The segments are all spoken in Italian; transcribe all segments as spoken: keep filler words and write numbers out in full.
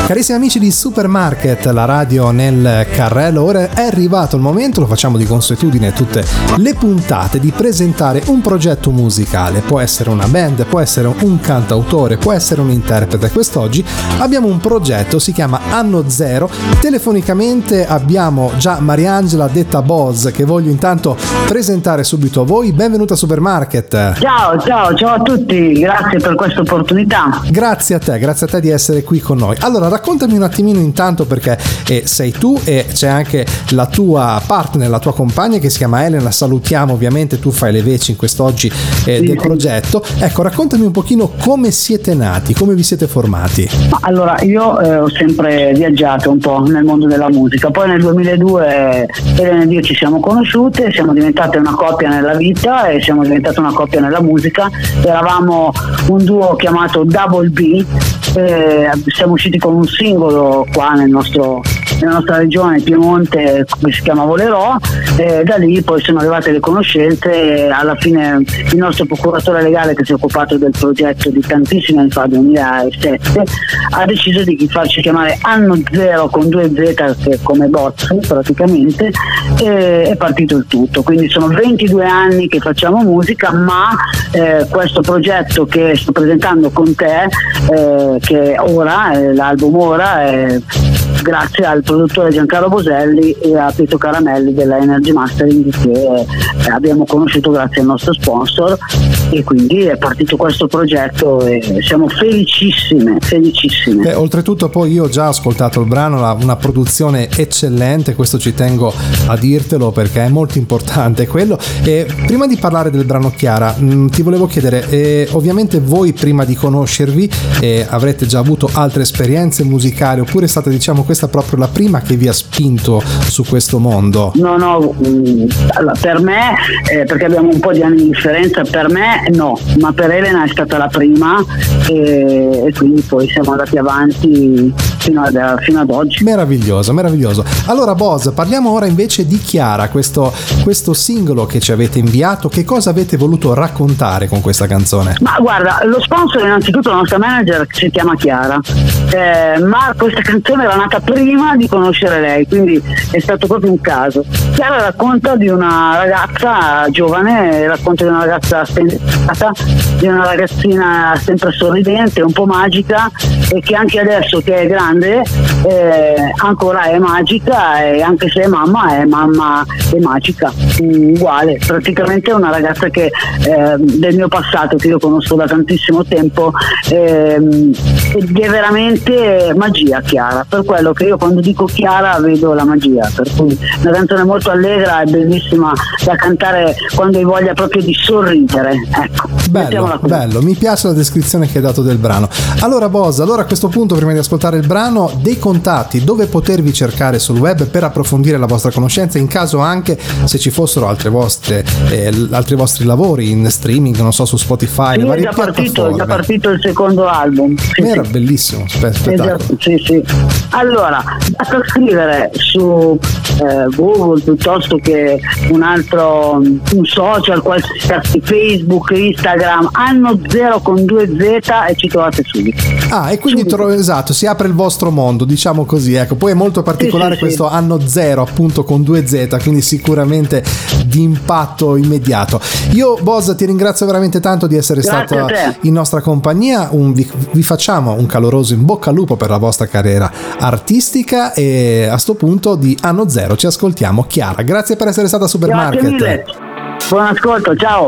Carissimi amici di Supermarket, la radio nel carrello, ora è arrivato il momento, lo facciamo di consuetudine tutte le puntate, di presentare un progetto musicale. Può essere una band, può essere un cantautore, può essere un interprete. Quest'oggi abbiamo un progetto, si chiama Anno Zero. Telefonicamente abbiamo già Mariangela detta Boz, che voglio intanto presentare subito a voi. Benvenuta a Supermarket. Ciao, ciao, ciao a tutti, grazie per questa opportunità. Grazie a te, grazie a te di essere qui con noi. Allora, raccontami un attimino intanto, perché eh, sei tu e c'è anche la tua partner, la tua compagna che si chiama Elena, salutiamo ovviamente, tu fai le veci in quest'oggi eh, sì, del sì. progetto. Ecco, raccontami un pochino come siete nati, come vi siete formati. Allora, io eh, ho sempre viaggiato un po' nel mondo della musica, poi nel duemiladue Elena ed io ci siamo conosciute, siamo diventate una coppia nella vita e siamo diventate una coppia nella musica. Eravamo un duo chiamato Double B, eh, siamo usciti con un singolo qua nel nostro, nella nostra regione Piemonte, che si chiama Volerò, e da lì poi sono arrivate le conoscenze e alla fine il nostro procuratore legale, che si è occupato del progetto di tantissimi anni fa, duemilasette, ha deciso di farci chiamare Anno Zero con due Z, che come bots praticamente, e è partito il tutto. Quindi sono ventidue anni che facciamo musica, ma eh, questo progetto che sto presentando con te, eh, che ora, eh, l'album Ora, è grazie al produttore Giancarlo Boselli e a Pietro Caramelli della Energy Mastering, che eh, abbiamo conosciuto grazie al nostro sponsor, e quindi è partito questo progetto e siamo felicissime, felicissime. Beh, oltretutto poi io ho già ascoltato il brano, una produzione eccellente, questo ci tengo a dirtelo perché è molto importante quello. E prima di parlare del brano, Chiara, mh, ti volevo chiedere, eh, ovviamente voi prima di conoscervi eh, avrete già avuto altre esperienze musicali, oppure è stata, diciamo, questa proprio la prima che vi ha spinto su questo mondo? No, no, mh, allora, per me, eh, perché abbiamo un po' di anni di differenza, per me no, ma per Elena è stata la prima, e, e quindi poi siamo andati avanti fino ad, fino ad oggi. Meraviglioso, meraviglioso. Allora Boz, parliamo ora invece di Chiara, questo, questo singolo che ci avete inviato. Che cosa avete voluto raccontare con questa canzone? Ma guarda, lo sponsor innanzitutto, la nostra manager, si chiama Chiara, eh, ma questa canzone era nata prima di conoscere lei, quindi è stato proprio un caso. Chiara racconta di una ragazza giovane, racconta di una ragazza spensierata, di una ragazzina sempre sorridente, un po' magica, e che anche adesso che è grande eh, ancora è magica, e anche se è mamma, è mamma e magica, uguale. Praticamente è una ragazza che eh, del mio passato, che io conosco da tantissimo tempo, eh, ed è veramente magia Chiara, per quello che io quando dico Chiara vedo la magia, per cui una canzone molto allegra e bellissima da cantare quando hai voglia proprio di sorridere, ecco. Bello, bello, mi piace la descrizione che hai dato del brano. Allora Boz, allora a questo punto, prima di ascoltare il brano, dei contatti, dove potervi cercare sul web per approfondire la vostra conoscenza, in caso anche se ci fossero altre vostre eh, altri vostri lavori in streaming, non so, su Spotify, sì, le varie è già partito, piattaforme. è già partito il secondo album. Sì, Era sì. bellissimo, spettacolo. Sì, sì. Allora, basta scrivere su eh, Google piuttosto che un altro un social, qualsiasi, Facebook, Instagram, Anno Zero con due Z, e ci trovate subito. Ah, e quindi tro- esatto, si apre il vostro mondo, diciamo così, ecco. Poi è molto particolare sì, sì, questo sì. Anno Zero, appunto con due Z, quindi sicuramente di impatto immediato. Io Boz ti ringrazio veramente tanto di essere Grazie stata in nostra compagnia, un, vi, vi facciamo un caloroso in bocca al lupo per la vostra carriera artistica, e a sto punto di Anno Zero ci ascoltiamo Chiara. Grazie per essere stata a Supermarket. Grazie mille. Buon ascolto, ciao.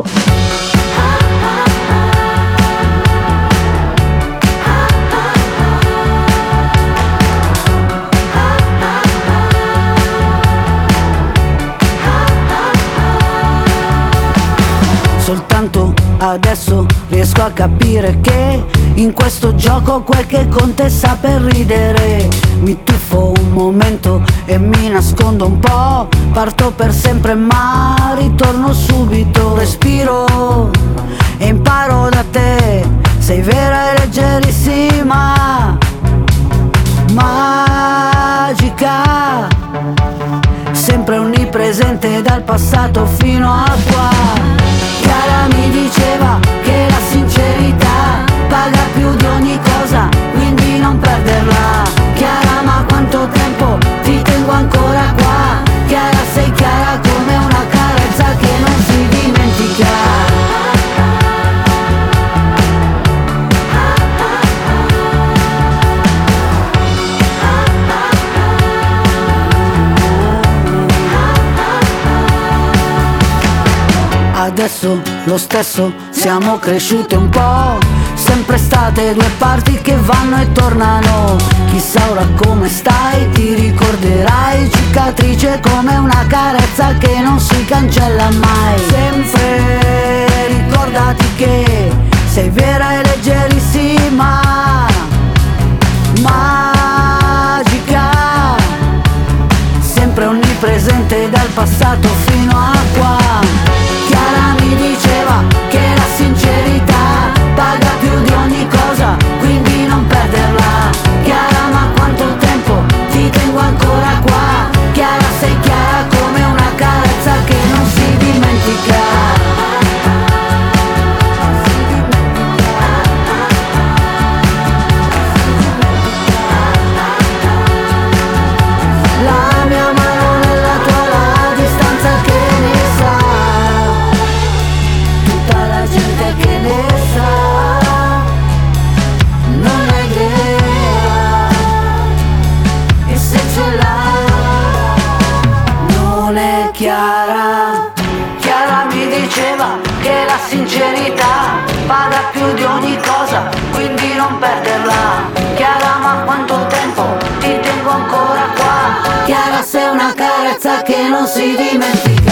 Soltanto adesso riesco a capire che in questo gioco quel che conta è saper ridere. Mi tuffo un momento e mi nascondo un po', parto per sempre ma ritorno subito. Respiro e imparo da te, sei vera e leggerissima, magica, sempre onnipresente dal passato fino a qua. Chiara mi diceva che la sincerità paga più di ogni cosa, quindi non perderla. adesso lo stesso, siamo cresciute un po', sempre state due parti che vanno e tornano. Chissà ora come stai, ti ricorderai, cicatrice come una carezza che non si cancella mai. Sempre ricordati che sei vera e leggerissima, magica, sempre onnipresente dal passato fino a qua. Chiara mi diceva che la sincerità paga più di ogni cosa, quindi non perderla. Chiara, ma quanto tempo ti tengo ancora qua. Chiara, sei chiara come una carezza che non si dimentica. Chiara, Chiara mi diceva che la sincerità paga più di ogni cosa, quindi non perderla. Chiara, ma quanto tempo ti tengo ancora qua. Chiara, sei una carezza che non si dimentica.